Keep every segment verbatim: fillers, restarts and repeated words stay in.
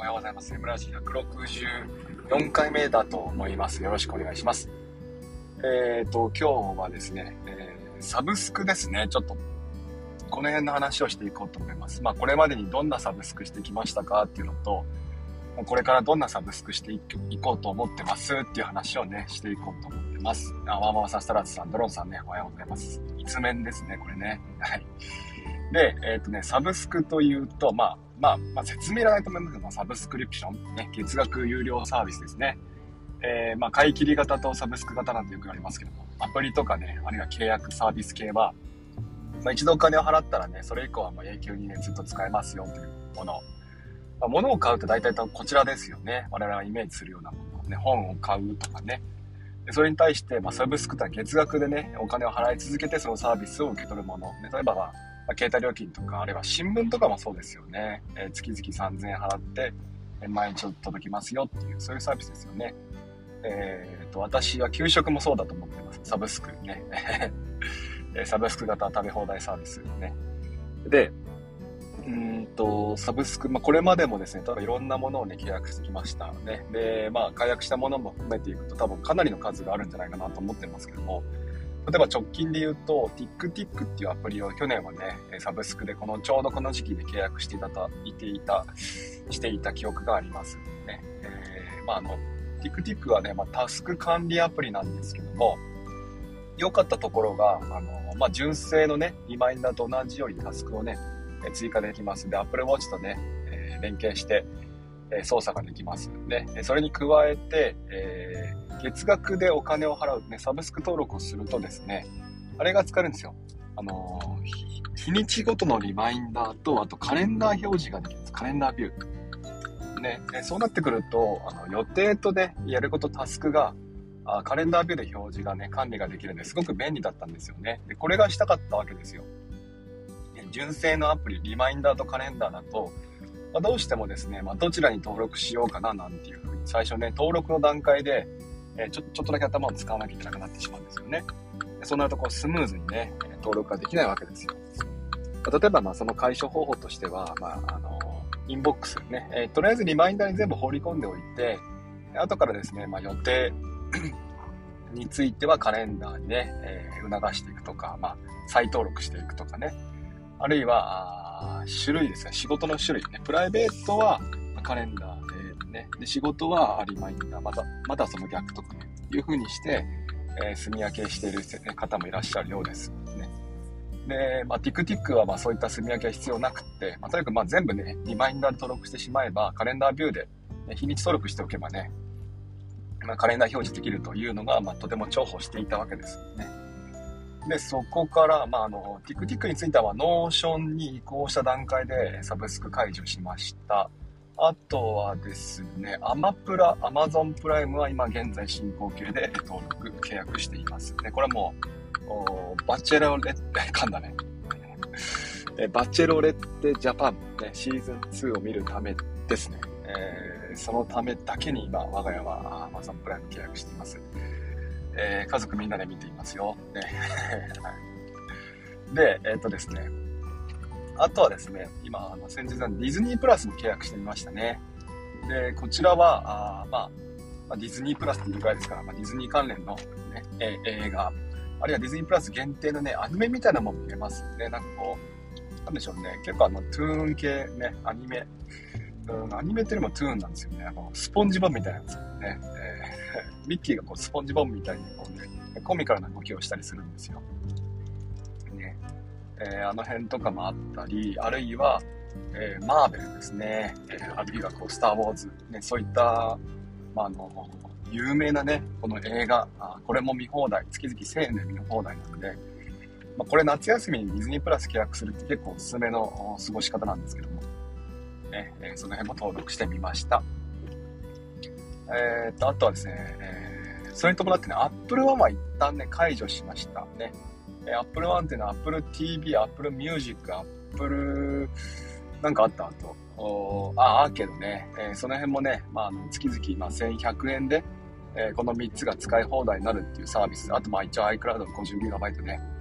おはようございます。村地ひゃくろくじゅうよんかいめだと思います。よろしくお願いします。えっと、今日はですね、えー、サブスクですね。ちょっと、この辺の話をしていこうと思います。まあ、これまでにどんなサブスクしてきましたかっていうのと、これからどんなサブスクしていこうと思ってますっていう話をね、していこうと思ってます。あ、ワーママさん、スタラーズさん、ドローンさんね、おはようございます。一面ですね、これね。はい。で、えっとね、サブスクというと、まあ、まあ、まあ、説明いらないと思いますけど、サブスクリプション、ね、月額有料サービスですね。えー、まあ、買い切り型とサブスク型なんてよくありますけども、アプリとかね、あるいは契約サービス系は、まあ、一度お金を払ったらね、それ以降はまあ永久にね、ずっと使えますよというもの。まあ、物を買うと大体こちらですよね。我々がイメージするようなもの。ね、本を買うとかね。でそれに対して、まあ、サブスクとは月額でね、お金を払い続けてそのサービスを受け取るもの。ね、例えば、まあ、まあ、携帯料金とか、あるいは新聞とかもそうですよね。えー、月々さんぜんえん払って、えー、毎日届きますよっていう、そういうサービスですよね。えー、と、私は給食もそうだと思ってます。サブスクね。サブスク型食べ放題サービスね。で、うーんと、サブスク、まあ、これまでもですね、多分いろんなものをね、契約してきましたね。で、まあ、解約したものも含めていくと多分かなりの数があるんじゃないかなと思ってますけども、例えば直近で言うと、TickTick っていうアプリを去年はね、サブスクでこの、ちょうどこの時期で契約していた、いていた、していた記憶がありますね。えー、まあ、あの、TickTick はね、まあ、タスク管理アプリなんですけども、良かったところが、あの、まあ、純正のね、リマインダーと同じようにタスクをね、追加できます。で、Apple Watch とね、えー、連携して、えー、操作ができます。で、それに加えて、えー、月額でお金を払う、ね、サブスク登録をするとですね、あれが使えるんですよ。あのー、日にちごとのリマインダーと、あとカレンダー表示ができます。カレンダービュー。ね、そうなってくると、あの予定とね、やることタスクが、あカレンダービューで表示がね、管理ができるんですごく便利だったんですよね。で、これがしたかったわけですよ。純正のアプリ、リマインダーとカレンダーだと、まあ、どうしてもですね、まあ、どちらに登録しようかななんていうふうに、最初ね、登録の段階で、えー、ちょ、ちょっとだけ頭を使わなきゃいけなくなってしまうんですよね。でそうなると、こう、スムーズにね、登録ができないわけですよ。まあ、例えば、まあ、その解消方法としては、まあ、あの、インボックスね、えー、とりあえずリマインダーに全部放り込んでおいて、後からですね、まあ、予定についてはカレンダーにね、えー、促していくとか、まあ、再登録していくとかね、あるいは、種類ですね。仕事の種類ね。プライベートはカレンダーでね。で、仕事はリマインダー。また、またその逆とかね。いう風にして、えー、住み分けしている方もいらっしゃるようですね。で、まあ、TickTick はまあそういった住み分けは必要なくって、まあ、とにかくまあ全部ね、リマインダーで登録してしまえば、カレンダービューで、ね、日にち登録しておけばね、まあ、カレンダー表示できるというのが、まあ、とても重宝していたわけですね。で、そこから、まあ、あの、TickTick については、ノーションに移行した段階でサブスク解除しました。あとはですね、アマプラ、Amazon プライムは今現在進行形で登録、契約しています。で、これはもう、バチェロレッテ、噛んだね。バチェロレッテジャパン、ね、シーズンツーを見るためですね。えー、そのためだけに今、我が家は Amazon プライム契約しています。えー、家族みんなで見ていますよ。ね、で、えー、っとですね、あとはですね、今、あの先日ディズニープラスも契約してみましたね。で、こちらは、あまあ、まあ、ディズニープラスっていうぐらいですから、まあ、ディズニー関連の、ね、えー、映画、あるいはディズニープラス限定のね、アニメみたいなのも見れますね。なんかこう、なんでしょうね、結構あの、トゥーン系ね、アニメ、うん、アニメっていうのもトゥーンなんですよね。あの、スポンジボブみたいなやつね。えー、ミッキーがこうスポンジボブみたいにこうね、コミカルな動きをしたりするんですよ。ね。えー、あの辺とかもあったり、あるいは、えー、マーベルですね。えー、あるいはこう、スター・ウォーズ、ね、そういった、まあ、あの、有名なね、この映画、あこれも見放題、月々せんえんで見放題なので、まあ、これ夏休みにディズニープラス契約するって結構おすすめの過ごし方なんですけども、ねえー、その辺も登録してみました。えー、とあとはですね、えー、それに伴ってね、Apple One は一旦ね、解除しましたね。えー、Apple One っていうのは Apple ティーブイ、Apple Music、Apple、なんかあった後、おあ、アーケードね、えー、その辺もね、まあ、あの月々、まあ、せんひゃくえんで、えー、このみっつが使い放題になるっていうサービス。あと、まあ、一応 iCloud の ごじゅうギガバイト ね、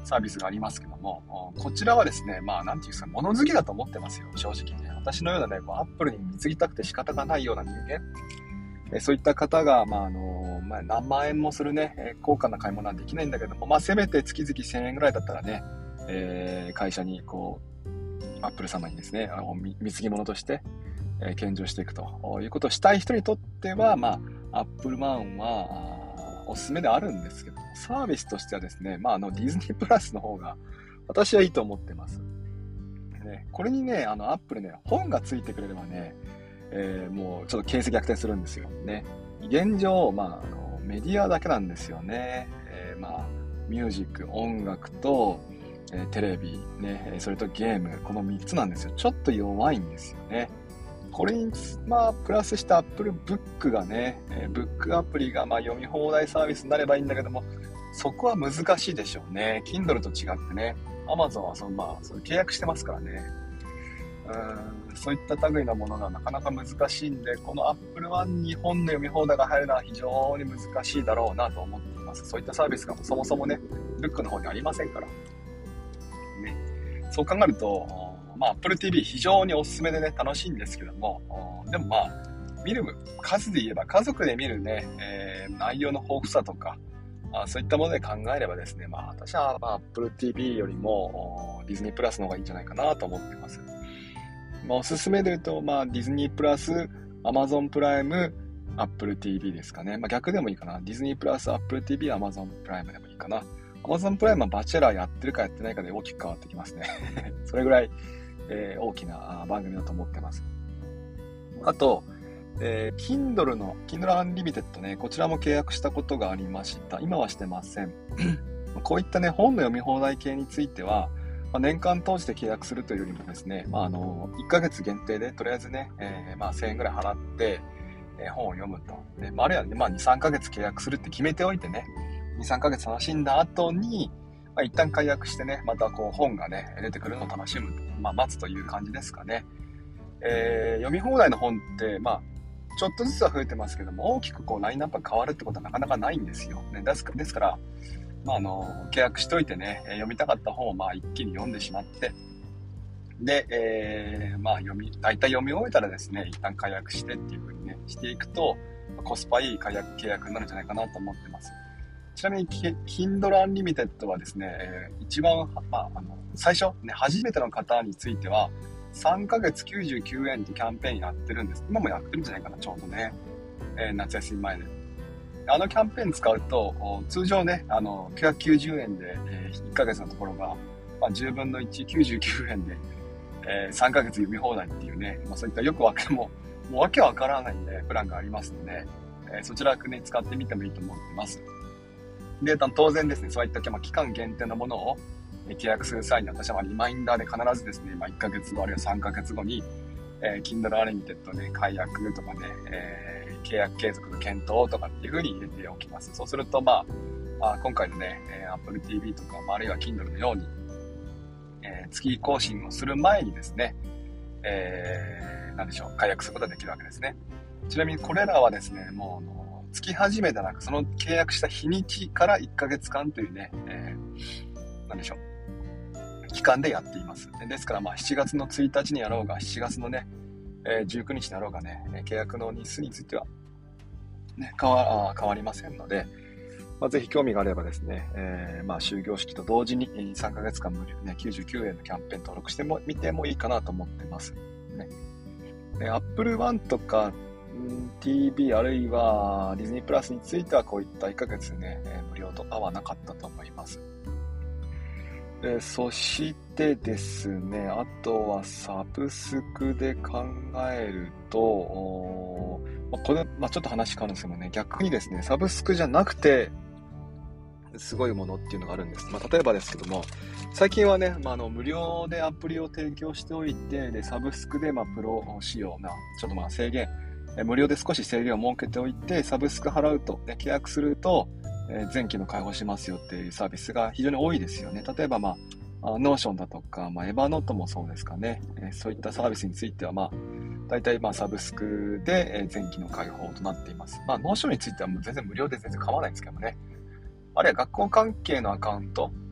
サービスがありますけども、こちらはですね、まあ、なんていうんですか、物好きだと思ってますよ、正直ね。私のようなね、こう、アップルに貢ぎたくて仕方がないような人間、えそういった方が、まあ、あの、まあ、何万円もするね、高価な買い物はできないんだけども、まあ、せめて月々せんえんぐらいだったらね、えー、会社に、こう、アップル様にですね、あの、貢ぎ物として、えー、献上していくということをしたい人にとっては、まあ、アップルワンは、おすすめであるんですけど、サービスとしてはですね、まあ、あの、ディズニープラスの方が、私はいいと思ってます。ね、これにね、あの、アップルね、本がついてくれればね、えー、もうちょっと形勢逆転するんですよね。現状、まあ、あのメディアだけなんですよね。えー、まあ、ミュージック、音楽と、えー、テレビ、ね、それとゲーム、このみっつなんですよ。ちょっと弱いんですよね。これに、まあ、プラスした Apple Book がね、えー、ブックアプリが、まあ、読み放題サービスになればいいんだけども、そこは難しいでしょうね。Kindle と違ってね。Amazon はその、まあ、その契約してますからね。うん、そういった類のものがなかなか難しいんで、この Apple One に本の読み放題が入るのは非常に難しいだろうなと思っています。そういったサービスがそもそもね、ブックの方にありませんから。ね、そう考えると、まあ、Apple ティーブイ 非常におすすめでね、楽しいんですけども、でもまあ、見る数で言えば、家族で見るね、えー、内容の豊富さとか、あそういったもので考えればですね、まあ、私は、まあ、Apple ティーブイ よりも、ディズニープラスの方がいいんじゃないかなと思っています。まあ、おすすめで言うと、まあ、ディズニープラス、アマゾンプライム、Apple ティーブイ ですかね。まあ、逆でもいいかな。ディズニープラス、Apple ティーブイ、アマゾンプライムでもいいかな。アマゾンプライムはバチェラーやってるかやってないかで大きく変わってきますね。それぐらい、えー、大きな番組だと思ってます。あと、えー、Kindle の Kindle Unlimited ね、こちらも契約したことがありました。今はしてません。こういったね、本の読み放題系については、まあ、年間通して契約するというよりもですね、まあ、あのいっかげつ限定でとりあえずね、えーまあ、せんえんぐらい払って、えー、本を読むと、ねまあ、あるいは、ねまあ、にさんかげつ契約するって決めておいてね、にさんかげつ楽しんだ後に、まあ、一旦解約してね、またこう本がね出てくるのを楽しむと、まあ、待つという感じですかね。えー、読み放題の本って、まあ、ちょっとずつは増えてますけども、大きくこうラインナップが変わるってことはなかなかないんですよ、ね、ですから、ですからまあ、あの契約しといてね、読みたかった本をまあ一気に読んでしまって、で、えー、まあ読み大体読み終えたらですね、一旦解約してっていう風にねしていくとコスパいい解約契約になるんじゃないかなと思ってます。ちなみに Kindle Unlimited はですね、えー、一番、まあ、あの最初ね、初めての方についてはさんかげつきゅうじゅうきゅうえんってキャンペーンやってるんです。今もやってるんじゃないかな、ちょうどね、えー、夏休み前で。あのキャンペーン使うと、通常ね、あの、きゅうひゃくきゅうじゅうえんで、えー、いっかげつのところが、まあ、じゅうぶんのいち、きゅうじゅうきゅうえんで、えー、さんかげつ読み放題っていうね、まあ、そういったよくわけも、もうわけわからない、ね、プランがありますので、えー、そちらね、使ってみてもいいと思ってます。で、当然ですね、そういった、まあ、期間限定のものを契約する際に、私はリマインダーで必ずですね、まあ、いっかげつごあるいはさんかげつごに、えー、Kindle Unlimited ね、解約とかね、えー、契約継続の検討とかっていう風に入れておきます。そうすると、まあ、あ今回のね、Apple ティーブイ とか、まあ、あるいは Kindle のように、えー、月更新をする前にですね、えー、なんでしょう、解約することができるわけですね。ちなみにこれらはですね、もう、あの月始めでなく、その契約した日にちからいっかげつかんというね、えー、なんでしょう、期間でやっています。ですから、まあ、しちがつのついたちにやろうが、しちがつのね、えー、じゅうくにちになろうがね、契約の日数については、ね、変わ、変わりませんので、まあ、ぜひ興味があればですね、えー、まあ、終業式と同時にさんかげつかん無料ね、きゅうじゅうきゅうえんのキャンペーン登録してもみてもいいかなと思ってます。ね、で Apple One とか ティーブイ あるいはディズニープラスについてはこういったいっかげつね、無料とかはなかったと思います。えそしてですね、あとはサブスクで考えると、まあ、これ、まあ、ちょっと話変わるんですけどね、逆にですね、サブスクじゃなくてすごいものっていうのがあるんです。まあ、例えばですけども、最近はね、まあ、あの無料でアプリを提供しておいて、でサブスクでまあプロ仕様な、ちょっとまあ制限、え無料で少し制限を設けておいて、サブスク払うと、ね、契約すると、えー、前期の開放しますよっていうサービスが非常に多いですよね。例えば、まあ、ノーションだとか、まあ、エヴァノートもそうですかね。えー、そういったサービスについては、まあ、大体まあサブスクで前期の開放となっています。まあ、ノーションについてはもう全然無料で全然構わないんですけどもね。あるいは学校関係のアカウント、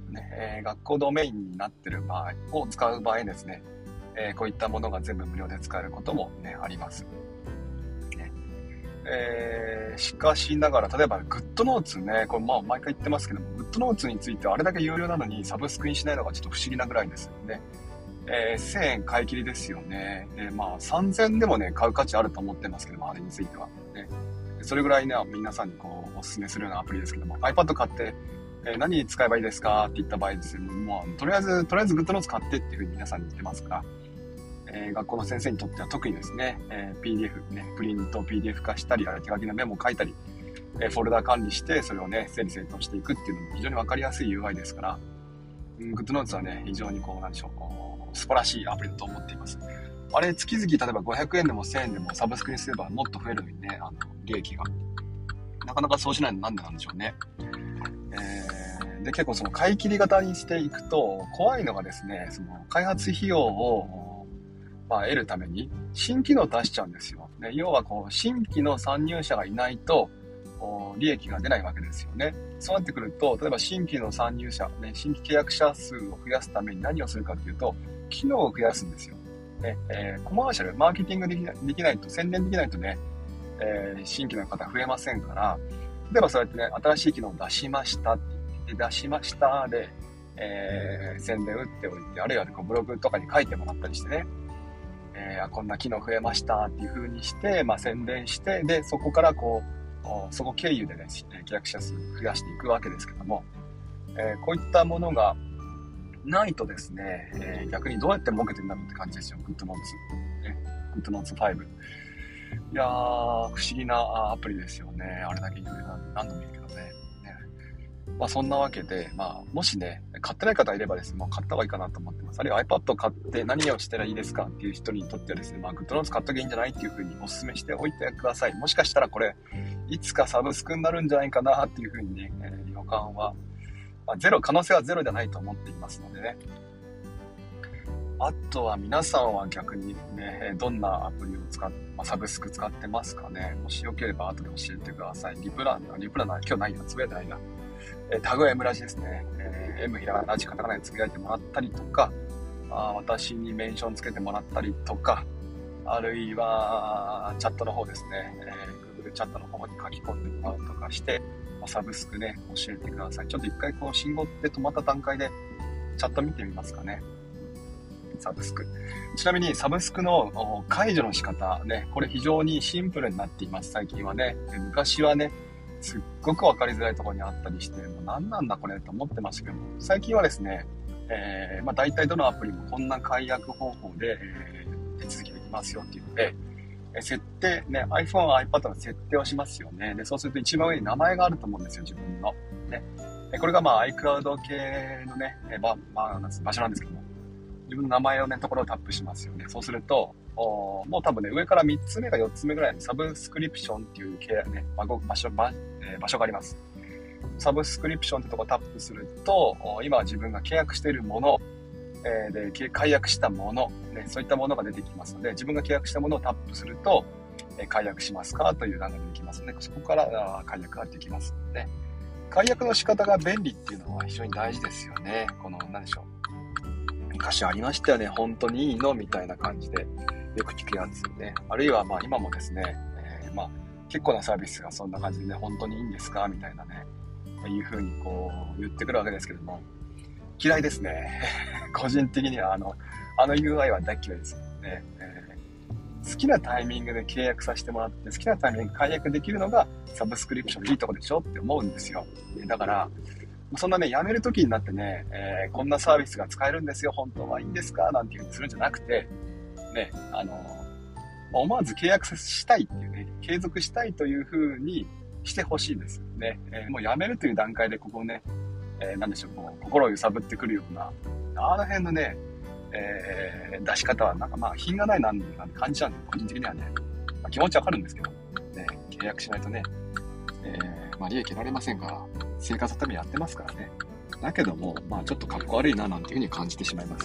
ね、えー、学校ドメインになっている場合を使う場合ですね、えー、こういったものが全部無料で使えることも、ね、あります。ねえー、しかしながら、例えば GoodNotes ね、これまあ毎回言ってますけども、GoodNotes についてはあれだけ有料なのにサブスクにしないのがちょっと不思議なぐらいですよね。えー、せんえん買い切りですよね。で、まあさんぜんえんでもね、買う価値あると思ってますけども、あれについては。ね、それぐらいね、皆さんにこう、お勧めするようなアプリですけども、iPad 買って、えー、何に使えばいいですかって言った場合ですね、もう、とりあえず、とりあえず GoodNotes 買ってっていうふうに皆さんに言ってますから、えー、学校の先生にとっては特にですね、えー、ピーディーエフ、ね、プリント ピーディーエフ 化したり、手書きのメモを書いたり、えー、フォルダ管理して、それをね、整理整頓していくっていうのも非常にわかりやすい ユーアイ ですから、うん、GoodNotes はね、非常にこう、なんでしょう、素晴らしいアプリだと思っています。あれ、月々、例えばごひゃくえんでもせんえんでもサブスクにすればもっと増えるのにね、あの、利益が。なかなかそうしないのなんでなんでしょうね。えー、で、結構その買い切り型にしていくと、怖いのがですね、その開発費用を、まあ、得るために新機能を出しちゃうんですよ。で、要はこう、新規の参入者がいないと、利益が出ないわけですよね。そうなってくると、例えば新規の参入者、ね、新規契約者数を増やすために何をするかというと、機能を増やすんですよ。ねえー、コマーシャル、マーケティングできない、できないと、宣伝できないとね、えー、新規の方増えませんから、例えばそうやってね、新しい機能を出しましたって言って、出しましたで、えー、宣伝打っておいて、あるいはこうブログとかに書いてもらったりしてね、えー、こんな機能増えましたっていう風にして、まあ、宣伝して、で、そこからこう、そこ経由でね、契約者数増やしていくわけですけども、えー、こういったものがないとですね、えー、逆にどうやって儲けてるんだろうって感じですよ。GoodNotes、ね、GoodNotes ファイブ。いやー、不思議なアプリですよね。あれだけ有料なんで何度も言うけどね。ね、まあそんなわけで、まあもしね、買ってない方いればですね、もう買った方がいいかなと思ってます。あるいは iPad を買って何をしたらいいですかっていう人にとってはですね、まあ GoodNotes 買っときゃいいんじゃないっていうふうにお勧めしておいてください。もしかしたらこれ、いつかサブスクになるんじゃないかなっていうふうにね、えー、予感は、まあ、ゼロ、可能性はゼロじゃないと思っていますのでね。あとは皆さんは逆にね、どんなアプリを使って、まあ、サブスク使ってますかね。もしよければ後で教えてください。リプラン、リプランな、今日ないな、つぶやいてないな。えー、タグは M ラジですね。えー、M ひらがなラジカタカナでつぶやいてもらったりとか、あ私にメンションつけてもらったりとか、あるいはチャットの方ですね。えー、Google チャットの方に書き込んでもらうとかして、まあ、サブスクね、教えてください。ちょっと一回こう信号で止まった段階でチャット見てみますかね。サブスク。ちなみにサブスクの解除の仕方ね、これ非常にシンプルになっています、最近はね。昔はね、すっごくわかりづらいところにあったりして、もう何なんだこれと思ってましたけども、最近はですね、えー、まあ大体どのアプリもこんな解約方法で、えー、手続きできますよっていうので、設定、ね、iPhone、iPad の設定をしますよね。で、そうすると一番上に名前があると思うんですよ、自分の。ね。これがまあ iCloud 系のね、場、まあ、場所なんですけども、自分の名前をね、ところをタップしますよね。そうすると、もう多分ね、上からみっつめかよっつめぐらいにサブスクリプションっていう系、ね、場所、場、えー、場所があります。サブスクリプションってところをタップすると、今自分が契約しているもの、えー、で、解約したもの、ね、そういったものが出てきますので、自分が契約したものをタップすると、えー、解約しますかという欄が出てきますので、そこから解約ができますので、解約の仕方が便利っていうのは非常に大事ですよね。この、何でしょう。昔ありましたよね。本当にいいのみたいな感じでよく聞くやつね。あるいはまあ今もですね、えー、まあ結構なサービスがそんな感じでね、本当にいいんですかみたいなね、いう風にこう言ってくるわけですけども、嫌いですね。個人的にはあの、あの ユーアイ は大嫌いですね、えー。好きなタイミングで契約させてもらって、好きなタイミングで解約できるのがサブスクリプションのいいとこでしょって思うんですよ。だから、そんなね、辞める時になってね、えー、こんなサービスが使えるんですよ、本当はいいんですかなんていう風にするんじゃなくて、ね、あの、思わず契約したいっていうね、継続したいという風にしてほしいですね。えー、もう辞めるという段階でここをね、えー、なんでしょう、こう心を揺さぶってくるような、あの辺のね、えー、出し方はなんかまあ品がないな、なんて感じちゃうんで、個人的にはね、まあ、気持ちわかるんですけど、ね、契約しないとね、えー、まあ利益得られませんから、生活のためにやってますからね。だけども、まあちょっとかっこ悪いななんていうふうに感じてしまいます。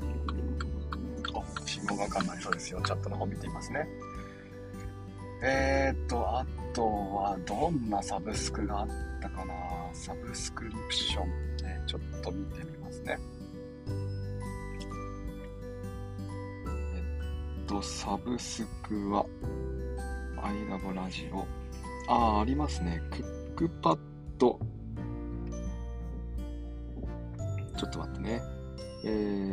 お、信号が赤になりそうですよ。チャットの方見ていますね。えーっと、あとはどんなサブスクがあったかな。 サブスクリプション、ね、ちょっと見てみますね。えっと、サブスクは、アイラボラジオ。ああ、ありますね。クックパッド。ちょっと待ってね。え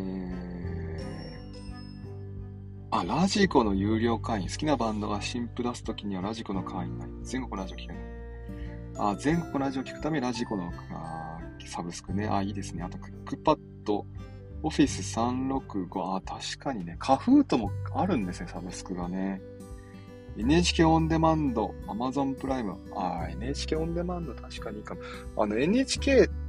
ー、あ、ラジコの有料会員。好きなバンドが新譜出すときにはラジコの会員になり、全国ラジオ聞ける。あ、全国ラジオ聞くためラジコのあサブスクね。あ、いいですね。あと、クックパッド、オフィスさんろくご。あ、確かにね。カフートもあるんですね、サブスクがね。エヌエイチケー オンデマンド、Amazon プライム。あ、エヌエイチケー オンデマンド確かにいいかも。あの、エヌエイチケー って、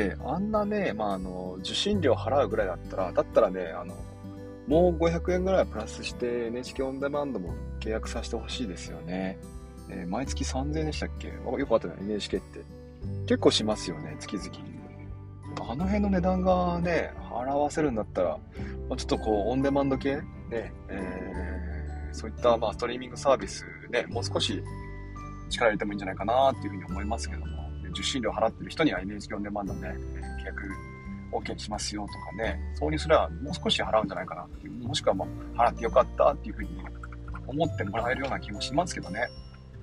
あんなね、まあ、あの、受信料払うぐらいだったら、だったらね、あの、もうごひゃくえんぐらいプラスして エヌエイチケー オンデマンドも契約させてほしいですよね。えー、毎月さんぜんえんでしたっけ？よくあったね、エヌエイチケー って。結構しますよね、月々。あの辺の値段がね、払わせるんだったら、まあ、ちょっとこう、オンデマンド系、ね、えー、そういったまあストリーミングサービスでもう少し力入れてもいいんじゃないかなっていうふうに思いますけども、受信料払ってる人には エヌエイチケー オンデマンドね、契約 OK にしますよとかね、そうにすればもう少し払うんじゃないかなっていう、もしくはもう払ってよかったっていうふうに思ってもらえるような気もしますけどね。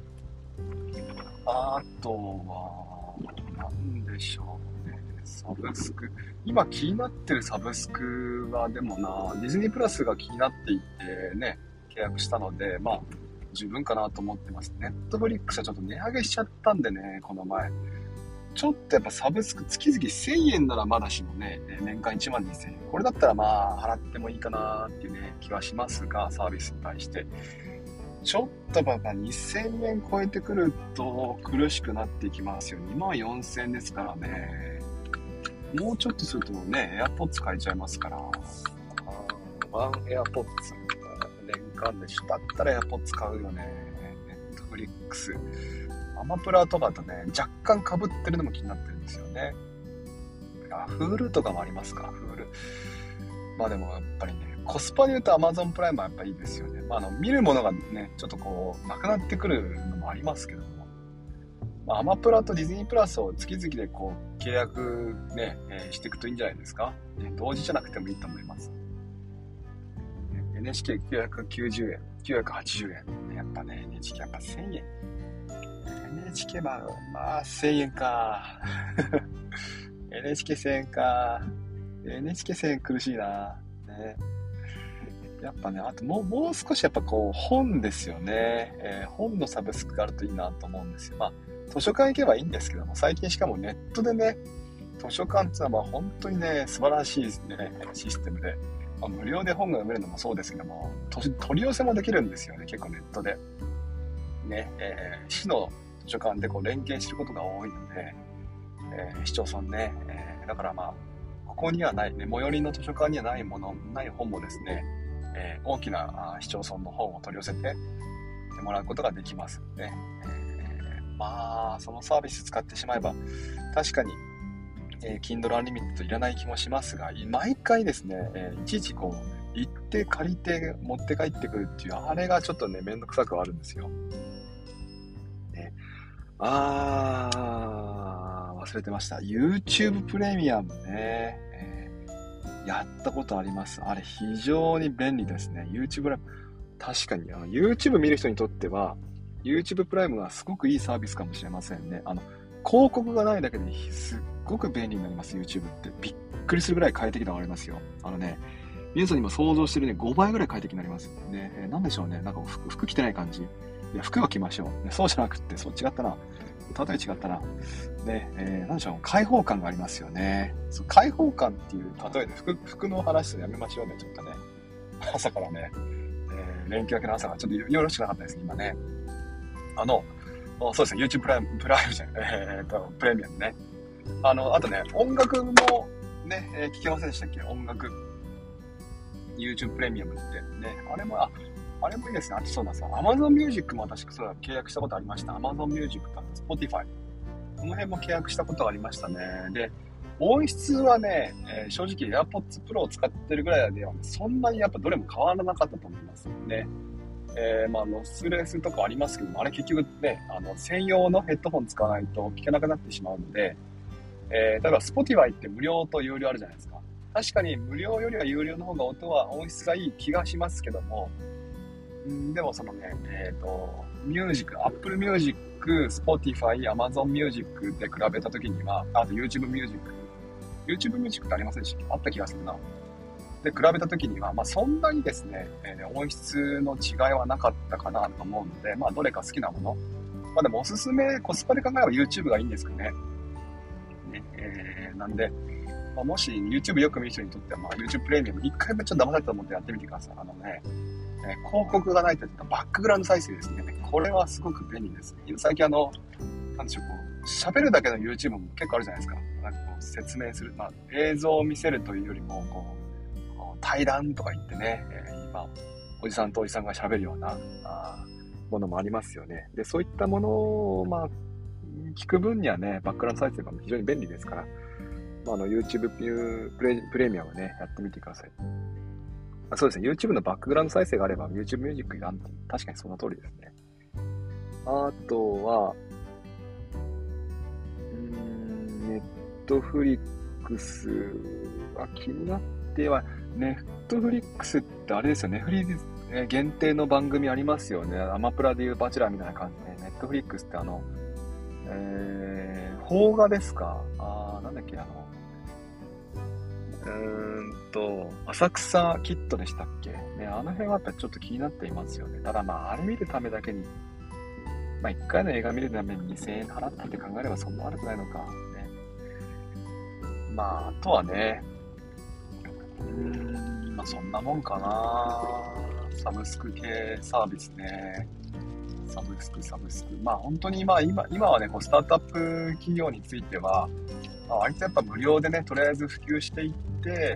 あとは、なんでしょうね、サブスク。今気になってるサブスクはでもな、ディズニープラスが気になっていてね、契約したので、まあ、十分かなと思ってます。ネットフリックスはちょっと値上げしちゃったんでね、この前。ちょっとやっぱサブスク月々せんえんならまだしもね、年間いちまんにせんえん。これだったらまあ、払ってもいいかなっていうね、気はしますが、サービスに対して。ちょっとまあにせんえん超えてくると苦しくなっていきますよ。にまんよんせんえんですからね。もうちょっとするとね、AirPods 買えちゃいますから。ワン AirPods。年間でしょ。だったら AirPods 買うよね。Netflix。アマプラとかとね、若干被ってるのも気になってるんですよね。あ、Hulu とかもありますか、Hulu。まあでもやっぱりね、コスパで言うと Amazon プライムはやっぱいいですよね。まあ、あの見るものがね、ちょっとこうなくなってくるのもありますけども、まあ、アマプラとディズニープラスを月々でこう契約ね、えー、していくといいんじゃないですか。ね、同時じゃなくてもいいと思います。エヌエイチケーきゅうひゃくきゅうじゅうえん、きゅうひゃくはちじゅうえん。やっぱね、エヌエイチケー やっぱせんえん。エヌエイチケー はまあせんえんか。エヌエイチケーせんえんか。エヌエイチケーせんえん苦しいな。ね。やっぱね、あともう、もう少しやっぱこう本ですよね、えー、本のサブスクがあるといいなと思うんですよ。まあ図書館行けばいいんですけども、最近しかもネットでね、図書館っていうのはまあ本当にね、素晴らしいですね、システムで、まあ、無料で本が読めるのもそうですけども、取り寄せもできるんですよね、結構ネットで。ね、えー、市の図書館でこう連携してることが多いので、えー、市町村ね、えー、だからまあ、ここにはない、ね、最寄りの図書館にはないもの、ない本もですね、えー、大きな市町村の本を取り寄せてもらうことができますので、えー、まあそのサービス使ってしまえば確かに、えー、Kindle Unlimited いらない気もしますが、毎回ですね、えー、いちいちこう行って借りて持って帰ってくるっていうあれがちょっとねめんどくさくはあるんですよ、ね、あー忘れてました。 YouTube プレミアムね、やったことあります。あれ非常に便利ですね。YouTube プライム。確かにあの YouTube 見る人にとっては YouTube プライムはすごくいいサービスかもしれませんね。あの広告がないだけですっごく便利になります。 YouTube ってびっくりするぐらい快適度がありますよ。あのね、皆さん今想像してるねごばいぐらい快適になりますね。えー、なんでしょうね。なんか服、服着てない感じ。いや服は着ましょう。ね、そうじゃなくってそう違ったな。例え違ったな。ね、えー、なんでしょう、開放感がありますよね。そう開放感っていう例えで服、服の話するのやめましょうね、ちょっとね。朝からね、えー、連休明けの朝がちょっとよろしくなかったですね、今ね。あの、そうですね、YouTube プライム、プライムじゃない、えーと、プレミアムね。あの、あとね、音楽もね、えー、聞けませんでしたっけ、音楽。YouTube プレミアムってね、あれも、あ、あれもいいですね。あとそうださ、Amazon Music も私そうだ契約したことありました。Amazon Music と Spotify。この辺も契約したことがありましたね。で、音質はね、えー、正直 AirPods Pro を使ってるぐらいでは、ね、そんなにやっぱどれも変わらなかったと思いますね。 えー、まあ、ロスレスとかありますけども、あれ結局ね、あの、専用のヘッドホン使わないと聞けなくなってしまうので、えー、例えば Spotify って無料と有料あるじゃないですか。確かに無料よりは有料の方が音は音質がいい気がしますけども、んでもそのね、えっと、ミュージック、Apple Music、Spotify、Amazon Music で比べたときには、あと YouTube Music、YouTube Music ってありませんでしたっけ？あった気がするな。で、比べたときには、まあそんなにですね、えー、音質の違いはなかったかなと思うので、まあどれか好きなもの。まあでもおすすめ、コスパで考えれば YouTube がいいんですかね。ね、えー、なんで、まあ、もし YouTube よく見る人にとっては、まあ YouTube プレミアム、一回もちょっと騙されたと思ってやってみてください。あのね、えー、広告がないとバックグラウンド再生ですね。これはすごく便利です。最近あの、なんでしょう、こう、喋るだけの YouTube も結構あるじゃないですか。なんかこう説明する。まあ映像を見せるというよりも、こう、対談とか言ってね、えー、今、おじさんとおじさんが喋るようなあものもありますよね。で、そういったものを、まあ、聞く分にはね、バックグラウンド再生が非常に便利ですから、まあ、あの YouTube プレ、プレミアムね、やってみてください。あ、そうですね、YouTube のバックグラウンド再生があれば YouTube ミュージックいらんって、確かにその通りですね。あとは、うーん、Netflix は気になっては、ネットフリックスってあれですよね。フリー限定の番組ありますよね。アマプラでいうバチェラーみたいな感じで。ネットフリックスってあの、えー、邦画ですか？あー、なんだっけ、あの、うーんと、浅草キッドでしたっけね、あの辺はやっぱちょっと気になっていますよね。ただまあ、あれ見るためだけに、まあ一回の映画見るためににせんえん払ったって考えればそんな悪くないのか。ね。まあ、あとはね、うーん、まあそんなもんかな。サブスク系サービスね。サブスク、サブスク。まあ本当にまあ今、今はね、こうスタートアップ企業については、まあ、割とやっぱ無料でね、とりあえず普及していって、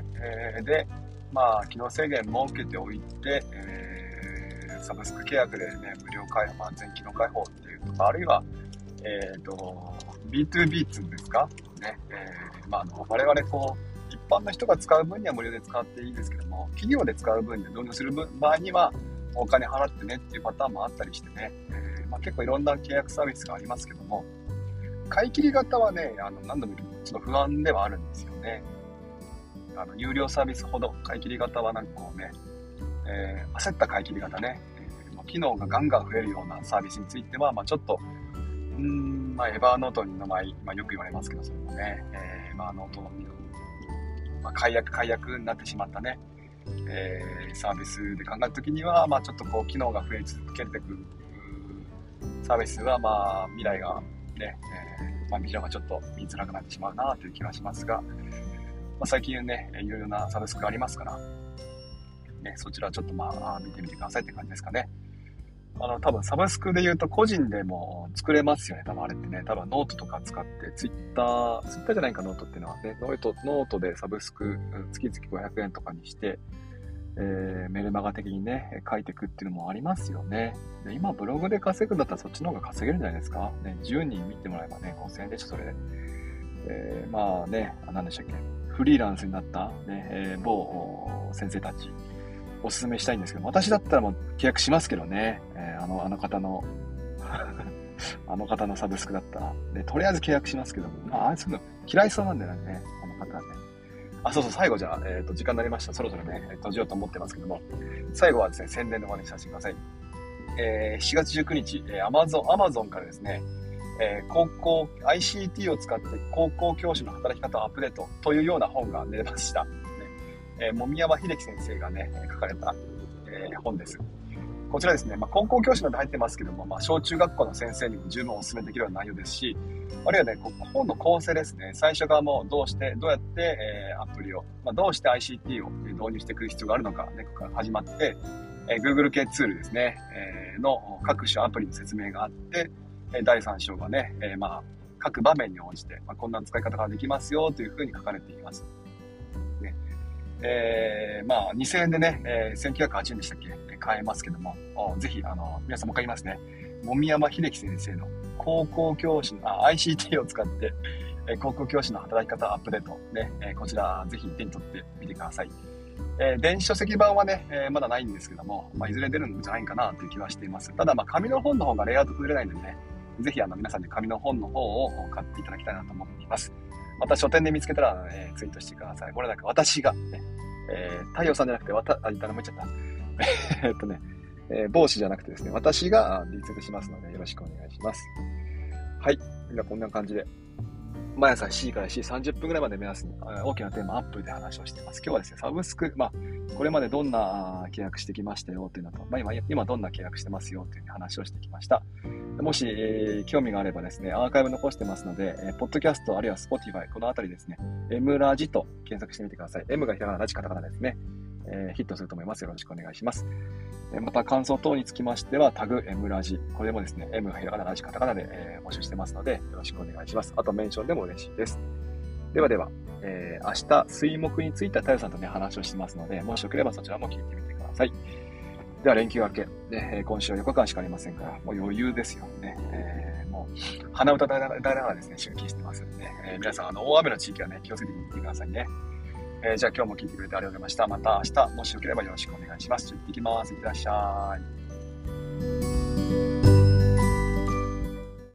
えー、で、まあ機能制限設けておいて、えー、サブスク契約でね、無料開放、まあ全機能開放っていうとか、あるいは、えっと、ビーツービー っていうんですかね、えー、まああの、我々こう、一般の人が使う分には無料で使っていいですけども、企業で使う分には導入する場合にはお金払ってねっていうパターンもあったりしてね、えーまあ、結構いろんな契約サービスがありますけども、買い切り型はね、あの何度も言うとちょっと不安ではあるんですよね。あの有料サービスほど買い切り型はなんかこうね、えー、焦った買い切り型ね、えーまあ、機能がガンガン増えるようなサービスについては、まあ、ちょっとうーん、まあ、エバーノートの場合、まあ、よく言われますけど、それもね、えー、まあ、ノートのまあ、解約解約になってしまったね、えー、サービスで考えたときには、まあ、ちょっとこう機能が増え続けてくるサービスは、まあ、未来がね、えーまあ、ビジョンがちょっと見づらくなってしまうなという気がしますが、まあ、最近ね、いろいろなサブスクがありますから、ね、そちらちょっとまあ見てみてくださいって感じですかね。あの、多分サブスクで言うと個人でも作れますよね。多分あれってね、多分ノートとか使って、ツイッター、ツイッターじゃないかノートっていうのはね、ノート、ノートでサブスク、月々ごひゃくえんとかにして、えー、メルマガ的にね、書いていくっていうのもありますよね。で、今ブログで稼ぐんだったらそっちの方が稼げるんじゃないですか。ね、じゅうにん見てもらえばね、ごせんえんでしょ、それで。えー、まあね、何でしたっけ、フリーランスになった、ね、えー、某先生たち、おすすめしたいんですけど、私だったらもう契約しますけどね、えー、あの、あの方の、あの方のサブスクだったら、で、とりあえず契約しますけども、まあ、あいつの嫌いそうなんだよね、あの方はね。あ、そうそう、最後じゃあ、えっと、時間になりました。そろそろね、閉じようと思ってますけども、最後はですね、宣伝のお話しさせてください。えー、しちがつじゅうくにち、えー、Amazon、Amazon からですね、えー、高校、アイシーティー を使って高校教師の働き方をアップデートというような本が出ました。ね、えー、もみやまひでき先生がね、書かれた、えー、本です。こちらですね、まあ、高校教師まで入ってますけども、まあ、小中学校の先生にも十分お勧めできるような内容ですし、あるいはね、こう本の構成ですね、最初からもうどうして、どうやって、えー、アプリを、まあ、どうして アイシーティー を導入してくる必要があるのか、ね、ここから始まって、えー、Google 系ツールですね、えー、の各種アプリの説明があって、だいさん章がね、えー、まあ、各場面に応じて、まあ、こんな使い方ができますよというふうに書かれています。ね、えー、まあ、にせんえんでね、えー、せんきゅうひゃくはちえんでしたっけ、買えますけども、ぜひ、あの、皆さんもう一回言いますね。もみやまひでき先生の高校教師の、あ、アイシーティー を使って、えー、高校教師の働き方アップデートね、えー、こちらぜひ手に取ってみてください。 えー、電子書籍版はね、えー、まだないんですけども、まあ、いずれ出るんじゃないかなという気はしています。ただ、まあ、紙の本の方がレイアウト崩れないのでね、ぜひあの皆さんで紙の本の方を買っていただきたいなと思っています。また書店で見つけたら、えー、ツイートしてください。これなんか私が、ね、えー、太陽さんじゃなくて、わた、あ、いたらもっちゃった。えっとね、えー、帽子じゃなくてですね、私がリツイートしますので、よろしくお願いします。はい。ではこんな感じで。毎朝しちじからしちじさんじゅっぷんぐらいまで目安に大きなテーマアップで話をしています。今日はですね、サブスク、まあ、これまでどんな契約してきましたよっていうのと、まあ、今、今どんな契約してますよっていう話をしてきました。もし、えー、興味があればですね、アーカイブ残してますので、えー、ポッドキャストあるいは Spotify、このあたりですね、M ラジと検索してみてください。M がひらがな、ラジカタカナですね。えー、ヒットすると思います。よろしくお願いします。また感想等につきましてはタグ M ラジ、これもですね M がひらがなラジカタカナで、えー、募集してますのでよろしくお願いします。あとメンションでも嬉しいです。ではでは、えー、明日水木については太陽さんとね話をしてますので、もしよければそちらも聞いてみてください。では連休明け、ね、今週はよっかかんしかありませんからもう余裕ですよね。えー、もう鼻歌歌いながらですね出勤してますので、ねえー、皆さんあの大雨の地域はね気をつけてみてくださいね。えー、じゃあ今日も聞いてくれてありがとうございました。また明日、もしよければよろしくお願いします。行ってきます。いってらっしゃい。